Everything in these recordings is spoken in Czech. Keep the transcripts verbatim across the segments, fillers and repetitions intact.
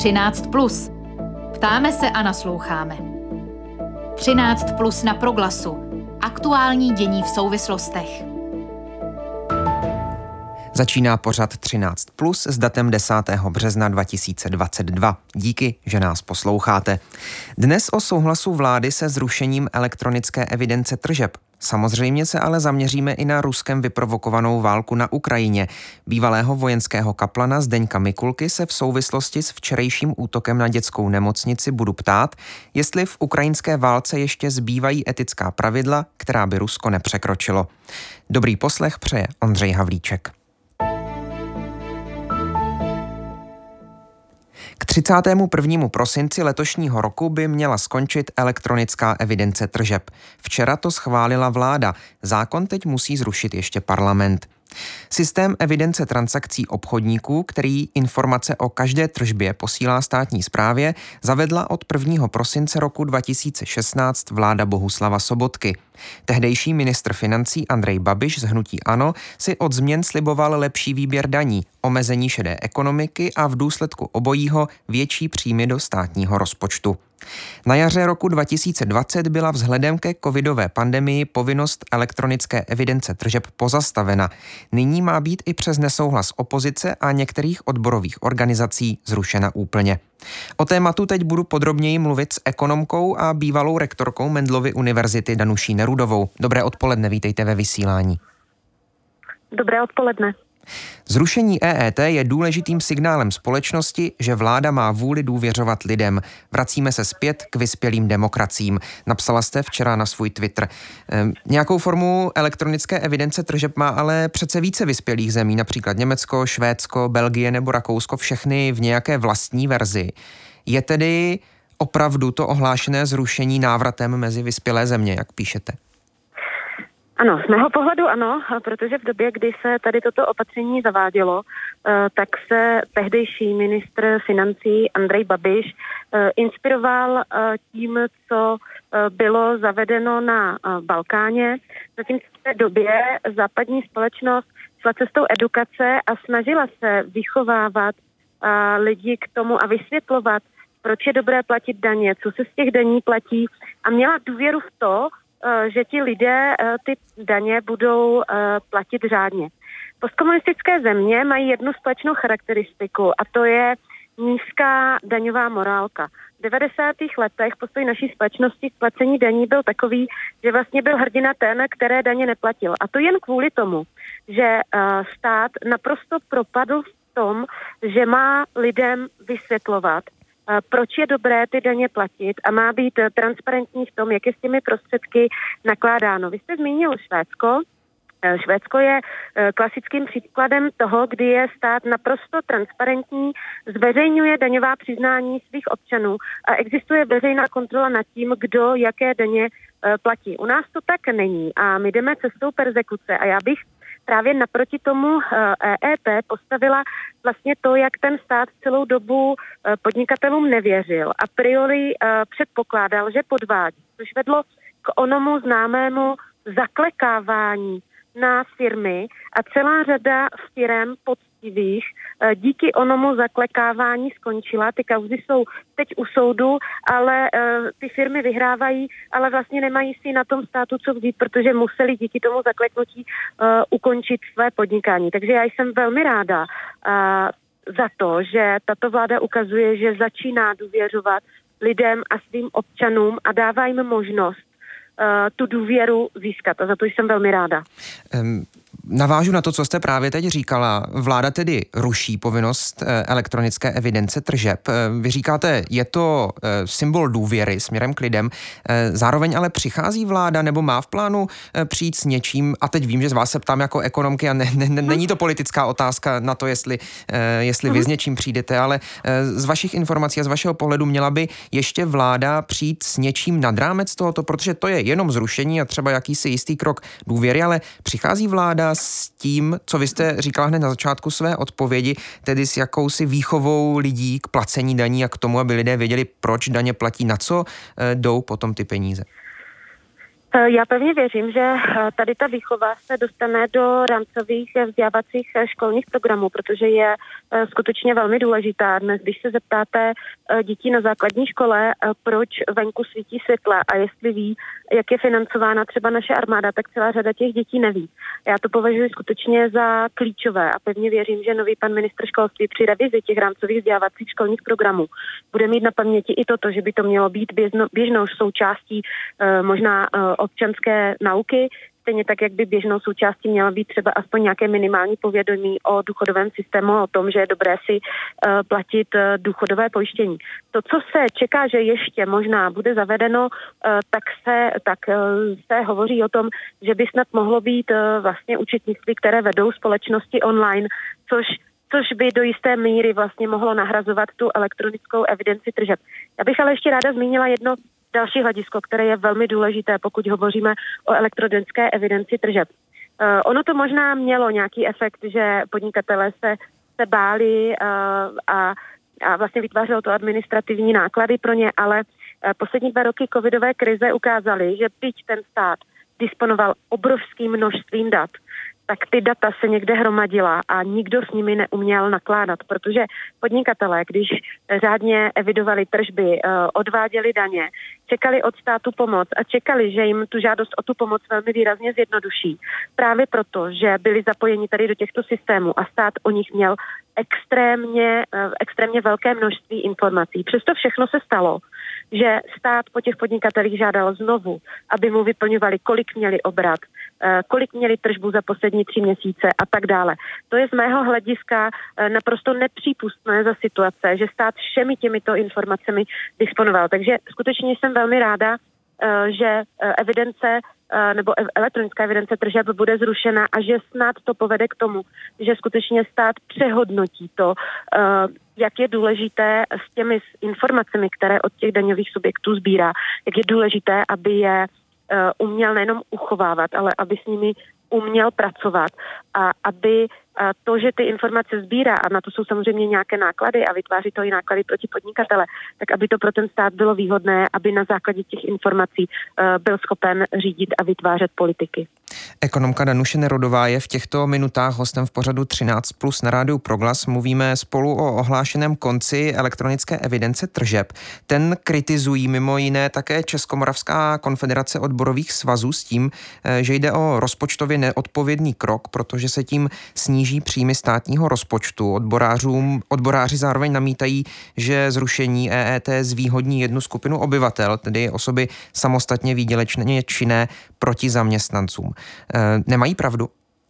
třináct plus. Ptáme se a nasloucháme. třináct plus na Proglasu. Aktuální dění v souvislostech. Začíná pořad třináct plus s datem desátého března dva tisíce dvacet dva. Díky, že nás posloucháte. Dnes o souhlasu vlády se zrušením elektronické evidence tržeb. Samozřejmě se ale zaměříme i na Ruskem vyprovokovanou válku na Ukrajině. Bývalého vojenského kaplana Zdeňka Mikulky se v souvislosti s včerejším útokem na dětskou nemocnici budu ptát, jestli v ukrajinské válce ještě zbývají etická pravidla, která by Rusko nepřekročilo. Dobrý poslech přeje Ondřej Havlíček. K třicátému prvnímu prosinci letošního roku by měla skončit elektronická evidence tržeb. Včera to schválila vláda, zákon teď musí zrušit ještě parlament. Systém evidence transakcí obchodníků, který informace o každé tržbě posílá státní správě, zavedla od prvního prosince roku dva tisíce šestnáct vláda Bohuslava Sobotky. Tehdejší ministr financí Andrej Babiš z hnutí ANO si od změn sliboval lepší výběr daní, omezení šedé ekonomiky a v důsledku obojího větší příjmy do státního rozpočtu. Na jaře roku dva tisíce dvacet byla vzhledem ke covidové pandemii povinnost elektronické evidence tržeb pozastavena. Nyní má být i přes nesouhlas opozice a některých odborových organizací zrušena úplně. O tématu teď budu podrobněji mluvit s ekonomkou a bývalou rektorkou Mendelovy univerzity Danuší Nerudovou. Dobré odpoledne, vítejte ve vysílání. Dobré odpoledne. Zrušení E E T je důležitým signálem společnosti, že vláda má vůli důvěřovat lidem. Vracíme se zpět k vyspělým demokraciím. Napsala jste včera na svůj Twitter. Ehm, nějakou formu elektronické evidence tržeb má ale přece více vyspělých zemí, například Německo, Švédsko, Belgie nebo Rakousko, všechny v nějaké vlastní verzi. Je tedy opravdu to ohlášené zrušení návratem mezi vyspělé země, jak píšete? Ano, z mého pohledu ano, protože v době, kdy se tady toto opatření zavádělo, tak se tehdejší ministr financí Andrej Babiš inspiroval tím, co bylo zavedeno na Balkáně. Zatímco v té době západní společnost šla cestou edukace a snažila se vychovávat lidi k tomu a vysvětlovat, proč je dobré platit daně, co se z těch daní platí, a měla důvěru v to, že ti lidé ty daně budou platit řádně. Postkomunistické země mají jednu společnou charakteristiku a to je nízká daňová morálka. V devadesátých letech postoj naší společnosti k placení daní byl takový, že vlastně byl hrdina ten, které daně neplatil. A to jen kvůli tomu, že stát naprosto propadl v tom, že má lidem vysvětlovat, proč je dobré ty daně platit a má být transparentní v tom, jak je s těmi prostředky nakládáno. Vy jste zmínil Švédsko. Švédsko je klasickým příkladem toho, kdy je stát naprosto transparentní, zveřejňuje daňová přiznání svých občanů a existuje veřejná kontrola nad tím, kdo jaké daně platí. U nás to tak není a my jdeme cestou perzekuce a já bych právě naproti tomu E E T postavila vlastně to, jak ten stát celou dobu podnikatelům nevěřil. A priori předpokládal, že podvádí, což vedlo k onomu známému zaklekávání na firmy a celá řada firem poctivých díky onomu zaklekávání skončila. Ty kauzy jsou teď u soudu, ale uh, ty firmy vyhrávají, ale vlastně nemají si na tom státu co vzít, protože museli díky tomu zakleknutí uh, ukončit své podnikání. Takže já jsem velmi ráda uh, za to, že tato vláda ukazuje, že začíná důvěřovat lidem a svým občanům a dává jim možnost uh, tu důvěru získat. A za to jsem velmi ráda. Um... Navážu na to, co jste právě teď říkala. Vláda tedy ruší povinnost elektronické evidence tržeb. Vy říkáte, je to symbol důvěry směrem k lidem. Zároveň ale přichází vláda nebo má v plánu přijít s něčím, a teď vím, že z vás se ptám jako ekonomky a ne, ne, není to politická otázka na to, jestli, jestli vy s něčím přijdete, ale z vašich informací a z vašeho pohledu měla by ještě vláda přijít s něčím nad rámec tohoto, protože to je jenom zrušení a třeba jakýsi jistý krok důvěry, ale přichází vláda s tím, co vy jste říkala hned na začátku své odpovědi, tedy s jakousi výchovou lidí k placení daní a k tomu, aby lidé věděli, proč daně platí, na co jdou potom ty peníze? Já pevně věřím, že tady ta výchova se dostane do rámcových vzdělávacích školních programů, protože je skutečně velmi důležitá. Dnes, když se zeptáte dětí na základní škole, proč venku svítí světla a jestli ví, jak je financována třeba naše armáda, tak celá řada těch dětí neví. Já to považuji skutečně za klíčové a pevně věřím, že nový pan ministr školství při revizi těch rámcových vzdělávacích školních programů bude mít na paměti i toto, že by to mělo být běžno, běžnou součástí možná občanské nauky, stejně tak, jak by běžnou součástí měla být třeba aspoň nějaké minimální povědomí o důchodovém systému, o tom, že je dobré si uh, platit uh, důchodové pojištění. To, co se čeká, že ještě možná bude zavedeno, uh, tak, se, tak uh, se hovoří o tom, že by snad mohlo být uh, vlastně účetnictví, které vedou společnosti online, což což by do jisté míry vlastně mohlo nahrazovat tu elektronickou evidenci tržeb. Já bych ale ještě ráda zmínila jedno další hledisko, které je velmi důležité, pokud hovoříme o elektronické evidenci tržeb. Uh, ono to možná mělo nějaký efekt, že podnikatelé se, se báli uh, a, a vlastně vytvářelo to administrativní náklady pro ně, ale uh, poslední dva roky covidové krize ukázaly, že byť ten stát disponoval obrovským množstvím dat, tak ty data se někde hromadila a nikdo s nimi neuměl nakládat, protože podnikatelé, když řádně evidovali tržby, odváděli daně, čekali od státu pomoc a čekali, že jim tu žádost o tu pomoc velmi výrazně zjednoduší. Právě proto, že byli zapojeni tady do těchto systémů a stát o nich měl extrémně, extrémně velké množství informací. Přesto všechno se stalo, že stát po těch podnikatelích žádal znovu, aby mu vyplňovali, kolik měli obrat, kolik měli tržbu za poslední tři měsíce a tak dále. To je z mého hlediska naprosto nepřípustné za situace, že stát všemi těmito informacemi disponoval. Takže skutečně jsem velmi ráda, že evidence nebo elektronická evidence tržeb bude zrušena a že snad to povede k tomu, že skutečně stát přehodnotí to, jak je důležité s těmi informacemi, které od těch daňových subjektů sbírá, jak je důležité, aby je uměl nejenom uchovávat, ale aby s nimi uměl pracovat a aby to, že ty informace sbírá, a na to jsou samozřejmě nějaké náklady a vytváří to i náklady proti podnikatele, tak aby to pro ten stát bylo výhodné, aby na základě těch informací uh, byl schopen řídit a vytvářet politiky. Ekonomka Danuše Nerudová je v těchto minutách hostem v pořadu třináct plus na rádiu Proglas. Mluvíme spolu o ohlášeném konci elektronické evidence tržeb. Ten kritizují mimo jiné také Českomoravská konfederace odborových svazů s tím, že jde o rozpočtově neodpovědný krok, protože se tím sníží příjmy státního rozpočtu. Odborářům, odboráři zároveň namítají, že zrušení E E T zvýhodní jednu skupinu obyvatel, tedy osoby samostatně výdělečně činné proti zaměstnancům. Nemají pravdu?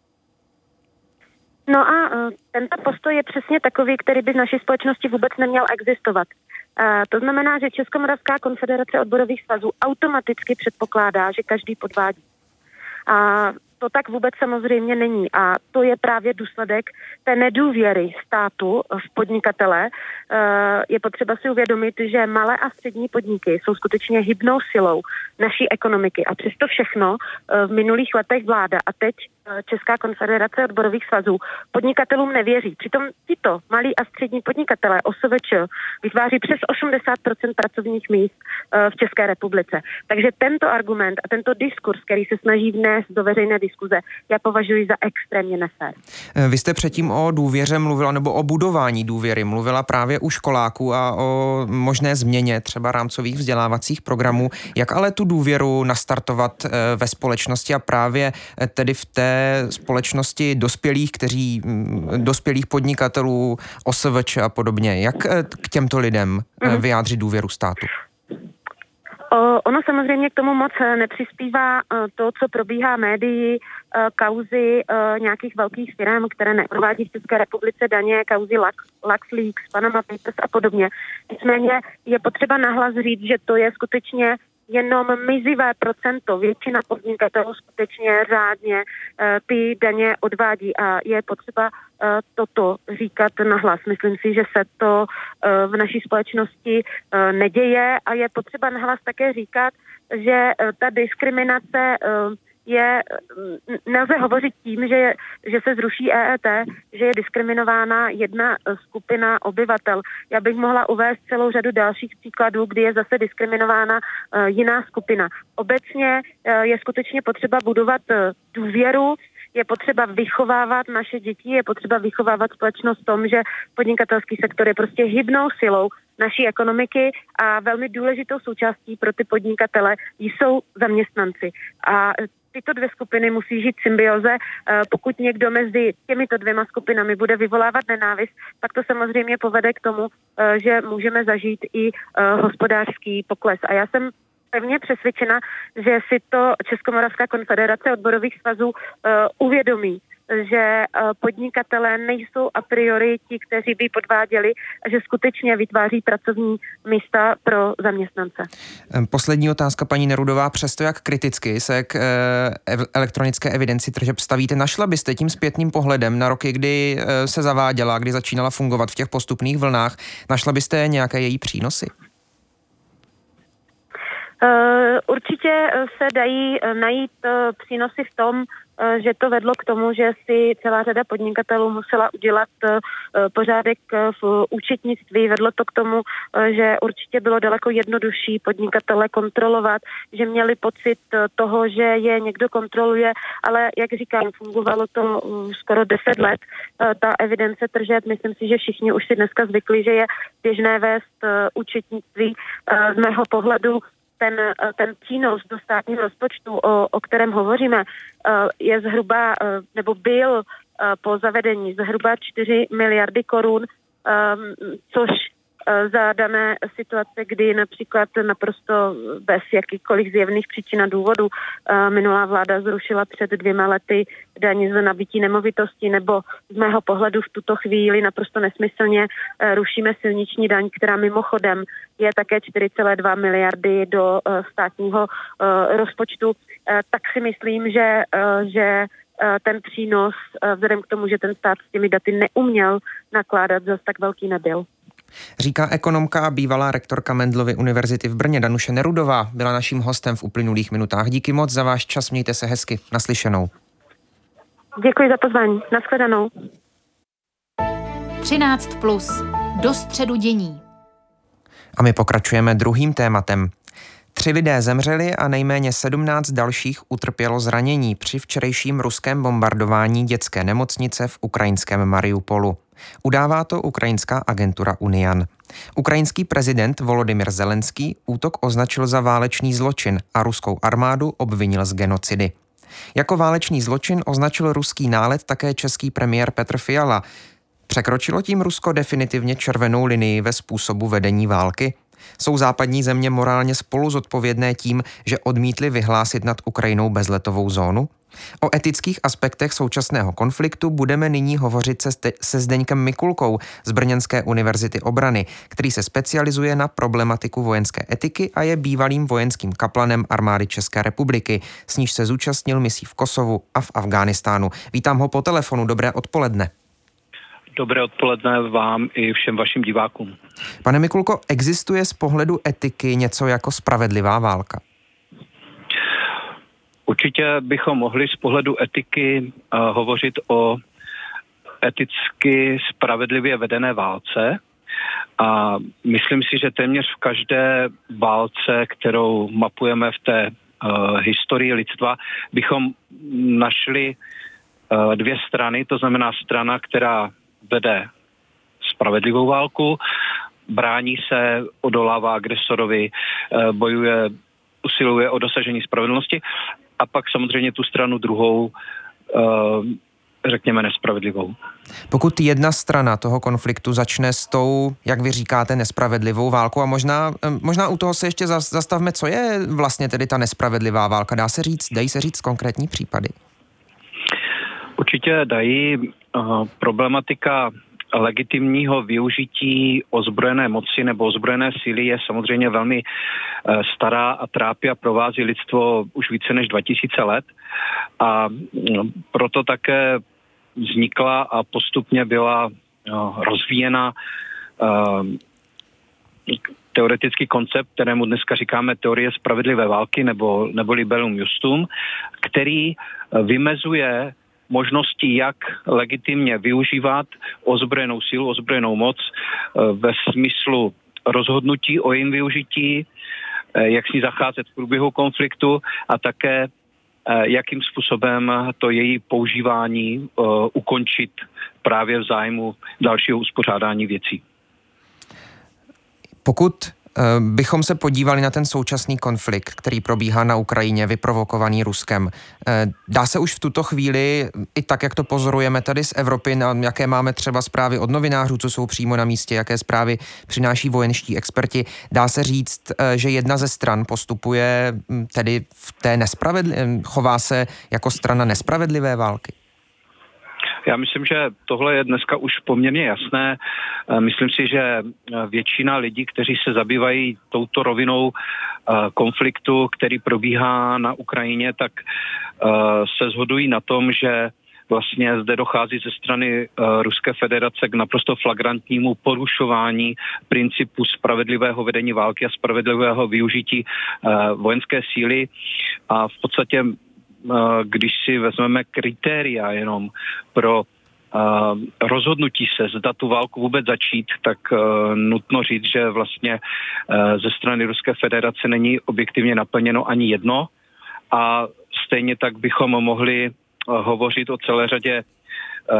No a tento postoj je přesně takový, který by v naší společnosti vůbec neměl existovat. To znamená, že Českomoravská konfederace odborových svazů automaticky předpokládá, že každý podvádí. A to tak vůbec samozřejmě není a to je právě důsledek té nedůvěry státu v podnikatele. Je potřeba si uvědomit, že malé a střední podniky jsou skutečně hybnou silou naší ekonomiky a přesto všechno v minulých letech vláda a teď Česká konfederace odborových svazů podnikatelům nevěří. Přitom tito malí a střední podnikatelé O S V Č vytváří přes osmdesát procent pracovních míst v České republice. Takže tento argument a tento diskurs, který se snaží vnést do veřejné diskuze, já považuji za extrémně nefér. Vy jste předtím o důvěře mluvila, nebo o budování důvěry mluvila právě u školáků a o možné změně třeba rámcových vzdělávacích programů. Jak ale tu důvěru nastartovat ve společnosti a právě tedy v té společnosti dospělých, kteří, dospělých podnikatelů, O S V Č a podobně. Jak k těmto lidem vyjádřit důvěru státu? Ono samozřejmě k tomu moc nepřispívá to, co probíhá médii, kauzy nějakých velkých firm, které neodvádí v České republice daně, kauzy LuxLeaks, Panama Papers a podobně. Nicméně je potřeba nahlas říct, že to je skutečně jenom mizivé procento, většina podnikatelů skutečně řádně uh, ty daně odvádí a je potřeba uh, toto říkat nahlas. Myslím si, že se to uh, v naší společnosti uh, neděje a je potřeba nahlas také říkat, že uh, ta diskriminace uh, je, nelze hovořit tím, že, je, že se zruší E E T, že je diskriminována jedna skupina obyvatel. Já bych mohla uvést celou řadu dalších příkladů, kdy je zase diskriminována uh, jiná skupina. Obecně uh, je skutečně potřeba budovat uh, důvěru, je potřeba vychovávat naše děti, je potřeba vychovávat společnost v tom, že podnikatelský sektor je prostě hybnou silou naší ekonomiky a velmi důležitou součástí pro ty podnikatele jsou zaměstnanci. A tyto dvě skupiny musí žít v symbioze. Pokud někdo mezi těmito dvěma skupinami bude vyvolávat nenávist, tak to samozřejmě povede k tomu, že můžeme zažít i hospodářský pokles. A já jsem pevně přesvědčena, že si to Českomoravská konfederace odborových svazů uh, uvědomí, že uh, podnikatelé nejsou a priori ti, kteří by podváděli a že skutečně vytváří pracovní místa pro zaměstnance. Poslední otázka, paní Nerudová. Přesto, jak kriticky se k uh, elektronické evidenci tržeb stavíte, našla byste tím zpětným pohledem na roky, kdy uh, se zaváděla, kdy začínala fungovat v těch postupných vlnách, našla byste nějaké její přínosy? Uh, určitě se dají najít uh, přínosy v tom, uh, že to vedlo k tomu, že si celá řada podnikatelů musela udělat uh, pořádek v účetnictví. Vedlo to k tomu, uh, že určitě bylo daleko jednodušší podnikatele kontrolovat, že měli pocit uh, toho, že je někdo kontroluje, ale jak říkám, fungovalo to uh, skoro deset let. Uh, ta evidence tržeb, myslím si, že všichni už si dneska zvykli, že je běžné vést uh, účetnictví. Uh, z mého pohledu Ten, ten přínos do státního rozpočtu, o, o kterém hovoříme, je zhruba, nebo byl po zavedení zhruba čtyři miliardy korun, což za dané situace, kdy například naprosto bez jakýchkoliv zjevných příčin a důvodů minulá vláda zrušila před dvěma lety daň z nabytí nemovitosti, nebo z mého pohledu v tuto chvíli naprosto nesmyslně rušíme silniční daň, která mimochodem je také čtyři celé dva miliardy do státního rozpočtu, tak si myslím, že, že ten přínos, vzhledem k tomu, že ten stát s těmi daty neuměl nakládat, zase tak velký nebyl. Říká ekonomka a bývalá rektorka Mendelovy univerzity v Brně Danuše Nerudová. Byla naším hostem v uplynulých minutách. Díky moc za váš čas, mějte se hezky. Naslyšenou. Děkuji za pozvání. Nashledanou. třináct plus. Do středu dění. A my pokračujeme druhým tématem. Tři lidé zemřeli a nejméně sedmnáct dalších utrpělo zranění při včerejším ruském bombardování dětské nemocnice v ukrajinském Mariupolu. Udává to ukrajinská agentura Unian. Ukrajinský prezident Volodymyr Zelenský útok označil za válečný zločin a ruskou armádu obvinil z genocidy. Jako válečný zločin označil ruský nálet také český premiér Petr Fiala. Překročilo tím Rusko definitivně červenou linii ve způsobu vedení války? Jsou západní země morálně spolu zodpovědné tím, že odmítli vyhlásit nad Ukrajinou bezletovou zónu? O etických aspektech současného konfliktu budeme nyní hovořit se, se Zdeňkem Mikulkou z Brněnské univerzity obrany, který se specializuje na problematiku vojenské etiky a je bývalým vojenským kaplanem armády České republiky, s níž se zúčastnil misí v Kosovu a v Afghánistánu. Vítám ho po telefonu, dobré odpoledne. Dobré odpoledne vám i všem vašim divákům. Pane Mikulko, existuje z pohledu etiky něco jako spravedlivá válka? Určitě bychom mohli z pohledu etiky uh, hovořit o eticky spravedlivě vedené válce. A myslím si, že téměř v každé válce, kterou mapujeme v té uh, historii lidstva, bychom našli uh, dvě strany, to znamená strana, která vede spravedlivou válku, brání se, odolává agresorovi, uh, bojuje, usiluje o dosažení spravedlnosti, a pak samozřejmě tu stranu druhou, řekněme, nespravedlivou. Pokud jedna strana toho konfliktu začne s tou, jak vy říkáte, nespravedlivou válkou, a možná, možná u toho se ještě zastavme, co je vlastně tedy ta nespravedlivá válka. Dá se říct, dají se říct konkrétní případy? Určitě dají. Problematika legitimního využití ozbrojené moci nebo ozbrojené síly je samozřejmě velmi stará a trápí a provází lidstvo už více než dva tisíce let. A proto také vznikla a postupně byla rozvíjena teoretický koncept, kterému dneska říkáme teorie spravedlivé války nebo, nebo libellum justum, který vymezuje možnosti, jak legitimně využívat ozbrojenou sílu, ozbrojenou moc ve smyslu rozhodnutí o jejím využití, jak s ní zacházet v průběhu konfliktu a také jakým způsobem to její používání ukončit právě v zájmu dalšího uspořádání věcí. Pokud bychom se podívali na ten současný konflikt, který probíhá na Ukrajině, vyprovokovaný Ruskem. Dá se už v tuto chvíli, i tak, jak to pozorujeme tady z Evropy, jaké máme třeba zprávy od novinářů, co jsou přímo na místě, jaké zprávy přináší vojenští experti, dá se říct, že jedna ze stran postupuje tedy v té nespravedlivé, chová se jako strana nespravedlivé války? Já myslím, že tohle je dneska už poměrně jasné. Myslím si, že většina lidí, kteří se zabývají touto rovinou konfliktu, který probíhá na Ukrajině, tak se shodují na tom, že vlastně zde dochází ze strany Ruské federace k naprosto flagrantnímu porušování principu spravedlivého vedení války a spravedlivého využití vojenské síly a v podstatě když si vezmeme kritéria jenom pro uh, rozhodnutí se, zda tu válku vůbec začít, tak uh, nutno říct, že vlastně uh, ze strany Ruské federace není objektivně naplněno ani jedno a stejně tak bychom mohli uh, hovořit o celé řadě uh,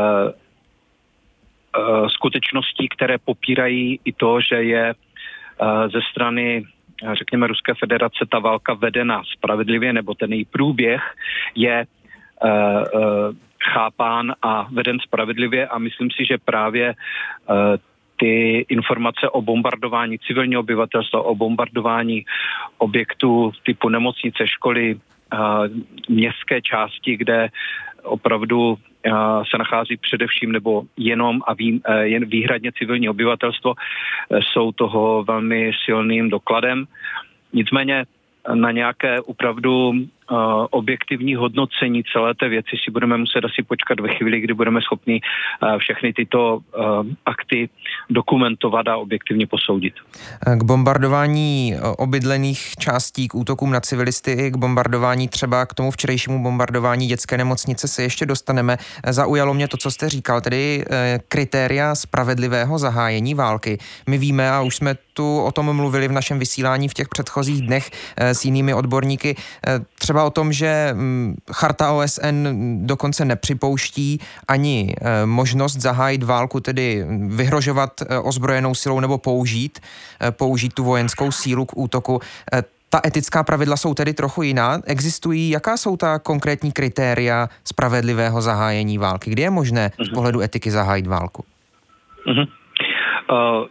uh, skutečností, které popírají i to, že je uh, ze strany řekněme Ruské federace ta válka vedena spravedlivě, nebo ten její průběh je uh, uh, chápán a veden spravedlivě a myslím si, že právě uh, ty informace o bombardování civilního obyvatelstva, o bombardování objektů typu nemocnice, školy, uh, městské části, kde opravdu se nachází především nebo jenom a vý, jen výhradně civilní obyvatelstvo, jsou toho velmi silným dokladem. Nicméně na nějaké opravdu uh, objektivní hodnocení celé té věci si budeme muset asi počkat ve chvíli, kdy budeme schopni uh, všechny tyto uh, akty dokumentovat a objektivně posoudit. K bombardování obydlených částí, k útokům na civilisty i k bombardování třeba k tomu včerejšímu bombardování dětské nemocnice se ještě dostaneme. Zaujalo mě to, co jste říkal, tedy kritéria spravedlivého zahájení války. My víme a už jsme tu o tom mluvili v našem vysílání v těch předchozích dnech s jinými odborníky, třeba o tom, že Charta O S N dokonce nepřipouští ani možnost zahájit válku, tedy vyhrožovat ozbrojenou silou nebo použít, použít tu vojenskou sílu k útoku. Ta etická pravidla jsou tedy trochu jiná. Existují, jaká jsou ta konkrétní kritéria spravedlivého zahájení války? Kdy je možné z pohledu etiky zahájit válku? Uh-huh. Uh,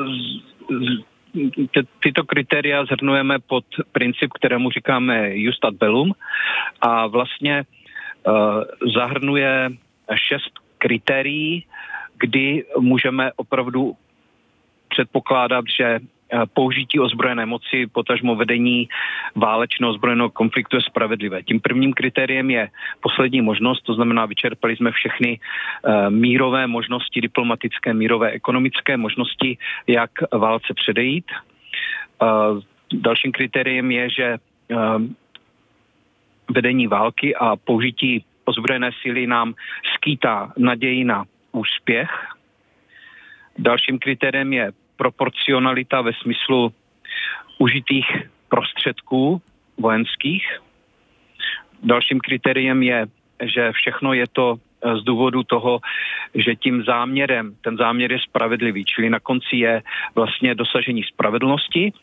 Tyto kritéria zhrnujeme pod princip, kterému říkáme jus ad bellum a vlastně uh, zahrnuje šest kritérií, kdy můžeme opravdu předpokládat, že použití ozbrojené moci, potažmo vedení válečného ozbrojeného konfliktu je spravedlivé. Tím prvním kritériem je poslední možnost, to znamená, vyčerpali jsme všechny uh, mírové možnosti, diplomatické, mírové, ekonomické možnosti, jak válce předejít. Uh, dalším kritériem je, že uh, vedení války a použití ozbrojené síly nám skýtá naději na úspěch. Dalším kritériem je proporcionalita ve smyslu užitých prostředků vojenských. Dalším kritériem je, že všechno je to z důvodu toho, že tím záměrem, ten záměr je spravedlivý, čili na konci je vlastně dosažení spravedlnosti.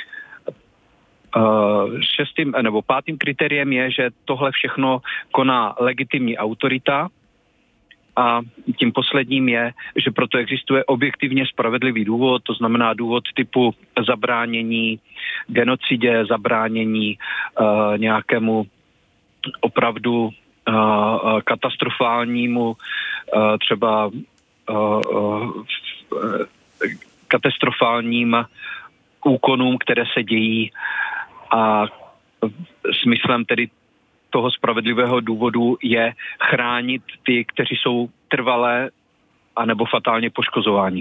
Šestým nebo pátým kritériem je, že tohle všechno koná legitimní autorita. A tím posledním je, že proto existuje objektivně spravedlivý důvod, to znamená důvod typu zabránění genocidě, zabránění uh, nějakému opravdu uh, katastrofálnímu, uh, třeba uh, uh, katastrofálním úkonům, které se dějí a smyslem tedy toho spravedlivého důvodu je chránit ty, kteří jsou trvalé anebo fatálně poškozováni.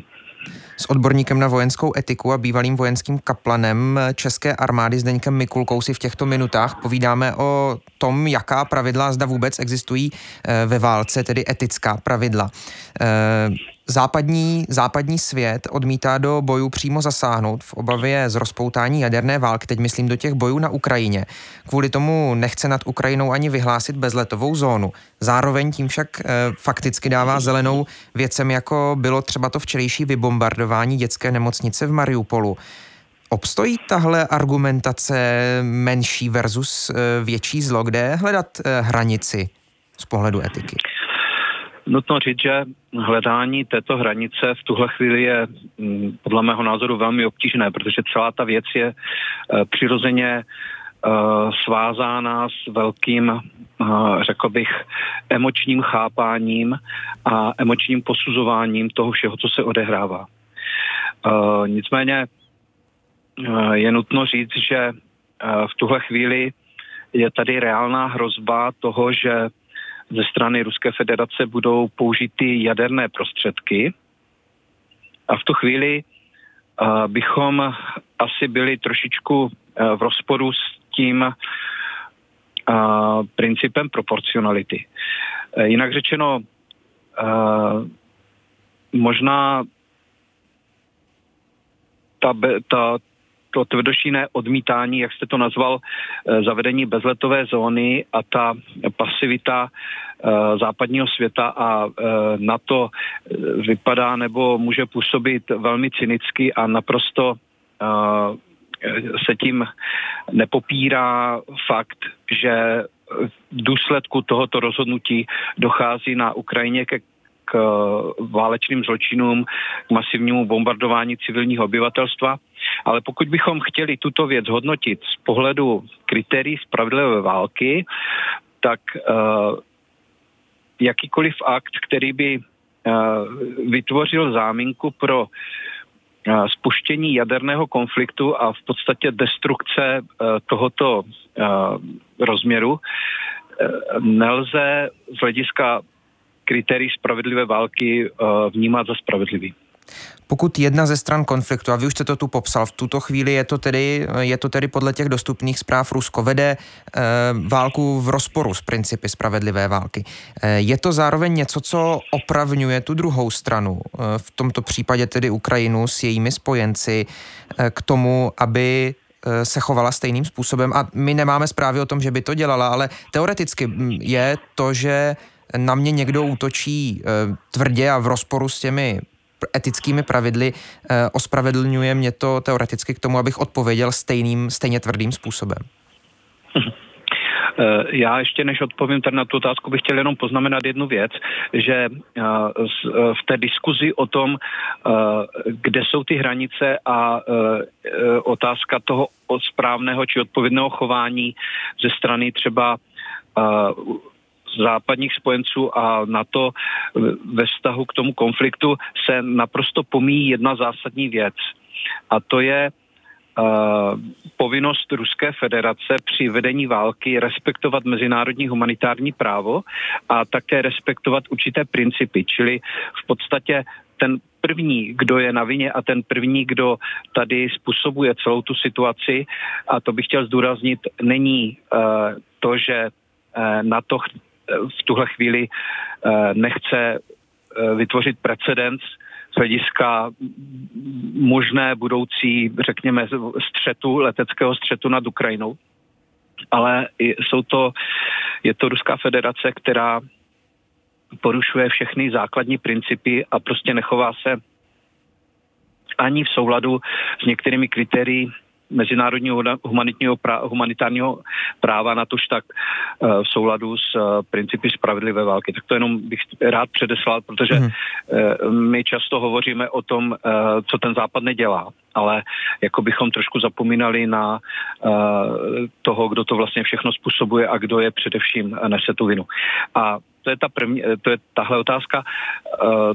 S odborníkem na vojenskou etiku a bývalým vojenským kaplanem České armády Zdeňkem Mikulkou si v těchto minutách povídáme o tom, jaká pravidla, zda vůbec existují ve válce, tedy etická pravidla. Západní, západní svět odmítá do bojů přímo zasáhnout v obavě z rozpoutání jaderné války, teď myslím do těch bojů na Ukrajině. Kvůli tomu nechce nad Ukrajinou ani vyhlásit bezletovou zónu. Zároveň tím však e, fakticky dává zelenou věcem, jako bylo třeba to včerejší vybombardování dětské nemocnice v Mariupolu. Obstojí tahle argumentace menší versus e, větší zlo, kde hledat e, hranici z pohledu etiky? Nutno říct, že hledání této hranice v tuhle chvíli je podle mého názoru velmi obtížné, protože celá ta věc je přirozeně svázána s velkým, řekl bych, emočním chápáním a emočním posuzováním toho všeho, co se odehrává. Nicméně je nutno říct, že v tuhle chvíli je tady reálná hrozba toho, že ze strany Ruské federace budou použity jaderné prostředky a v tu chvíli uh, bychom asi byli trošičku uh, v rozporu s tím uh, principem proporcionality. Uh, jinak řečeno, uh, možná ta, ta to tvrdošíjné odmítání, jak jste to nazval, zavedení bezletové zóny a ta pasivita západního světa a na to vypadá nebo může působit velmi cynicky a naprosto se tím nepopírá fakt, že v důsledku tohoto rozhodnutí dochází na Ukrajině ke k válečným zločinům, k masivnímu bombardování civilního obyvatelstva. Ale pokud bychom chtěli tuto věc hodnotit z pohledu kritérií spravedlivé války, tak uh, jakýkoliv akt, který by uh, vytvořil záminku pro uh, spuštění jaderného konfliktu a v podstatě destrukce uh, tohoto uh, rozměru, uh, nelze z hlediska kritérií spravedlivé války uh, vnímat za spravedlivý. Pokud jedna ze stran konfliktu, a vy už jste to tu popsal, v tuto chvíli je to tedy, je to tedy podle těch dostupných zpráv Rusko vede e, válku v rozporu s principy spravedlivé války. E, je to zároveň něco, co opravňuje tu druhou stranu, e, v tomto případě tedy Ukrajinu s jejími spojenci, e, k tomu, aby se chovala stejným způsobem. A my nemáme zprávy o tom, že by to dělala, ale teoreticky je to, že na mě někdo útočí e, tvrdě a v rozporu s těmi etickými pravidly, e, ospravedlňuje mě to teoreticky k tomu, abych odpověděl stejným, stejně tvrdým způsobem. Já ještě než odpovím tady na tu otázku, bych chtěl jenom poznamenat jednu věc, že v té diskuzi o tom, kde jsou ty hranice a otázka toho správného či odpovědného chování ze strany třeba západních spojenců a NATO ve vztahu k tomu konfliktu se naprosto pomíjí jedna zásadní věc. A to je Uh, povinnost Ruské federace při vedení války respektovat mezinárodní humanitární právo a také respektovat určité principy, čili v podstatě ten první, kdo je na vině a ten první, kdo tady způsobuje celou tu situaci, a to bych chtěl zdůraznit, není uh, to, že uh, NATO v tuhle chvíli uh, nechce uh, vytvořit precedens z hlediska možné budoucí, řekněme, střetu, leteckého střetu nad Ukrajinou. Ale jsou to, je to Ruská federace, která porušuje všechny základní principy a prostě nechová se ani v souladu s některými kritérii mezinárodního humanitního práva, humanitárního práva, natož tak uh, v souladu s uh, principy spravedlivé války. Tak to jenom bych rád předeslal, protože mm. uh, my často hovoříme o tom, uh, co ten Západ nedělá, ale jako bychom trošku zapomínali na uh, toho, kdo to vlastně všechno způsobuje a kdo je především nese tu vinu. A to je ta první, to je tahle otázka. Uh,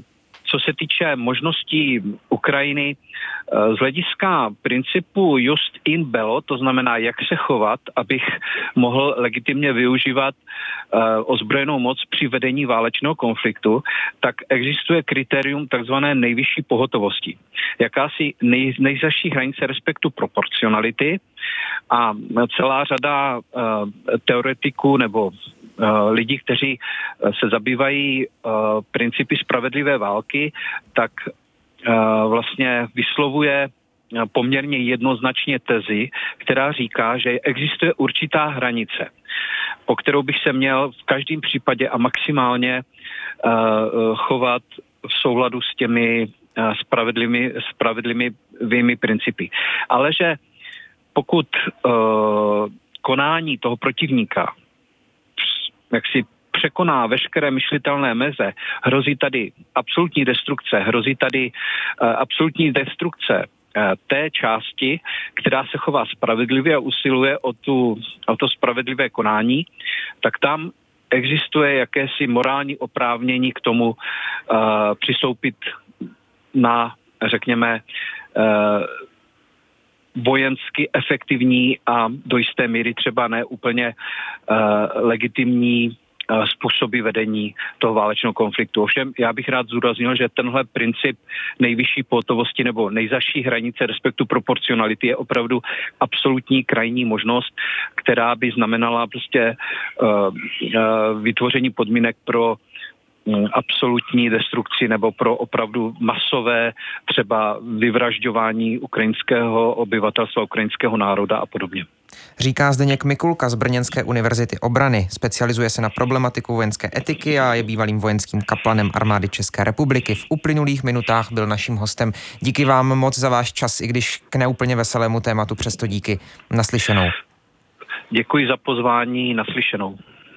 co se týče možností Ukrajiny z hlediska principu just in bello, to znamená, jak se chovat, abych mohl legitimně využívat ozbrojenou moc při vedení válečného konfliktu, tak existuje kritérium takzvané nejvyšší pohotovosti. Jakási nej, nejzaší hranice respektu proporcionality a celá řada uh, teoretiků nebo uh, lidí, kteří se zabývají uh, principy spravedlivé války, tak uh, vlastně vyslovuje poměrně jednoznačně tezi, která říká, že existuje určitá hranice, po kterou bych se měl v každém případě a maximálně uh, chovat v souladu s těmi uh, spravedlivými, spravedlivými principy. Ale že pokud uh, konání toho protivníka jak si překoná veškeré myšlitelné meze, hrozí tady absolutní destrukce, hrozí tady uh, absolutní destrukce té části, která se chová spravedlivě a usiluje o, tu, o to spravedlivé konání, tak tam existuje jakési morální oprávnění k tomu uh, přistoupit na, řekněme, uh, vojensky efektivní a do jisté míry třeba ne úplně uh, legitimní způsoby vedení toho válečného konfliktu. Ovšem, já bych rád zdůraznil, že tenhle princip nejvyšší pohotovosti nebo nejzaší hranice respektu proporcionality je opravdu absolutní krajní možnost, která by znamenala prostě uh, uh, vytvoření podmínek pro absolutní destrukci nebo pro opravdu masové třeba vyvražďování ukrajinského obyvatelstva, ukrajinského národa a podobně. Říká Zdeněk Mikulka z Brněnské univerzity obrany. Specializuje se na problematiku vojenské etiky a je bývalým vojenským kaplanem armády České republiky. V uplynulých minutách byl naším hostem. Díky vám moc za váš čas, i když k neúplně veselému tématu, přesto díky. Naslyšenou. Děkuji za pozvání, naslyšenou.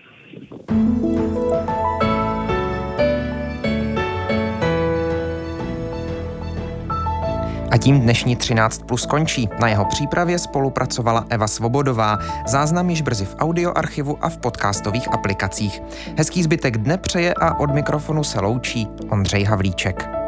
A tím dnešní třináct plus končí. Na jeho přípravě spolupracovala Eva Svobodová. Záznam již brzy v audioarchivu a v podcastových aplikacích. Hezký zbytek dne přeje a od mikrofonu se loučí Ondřej Havlíček.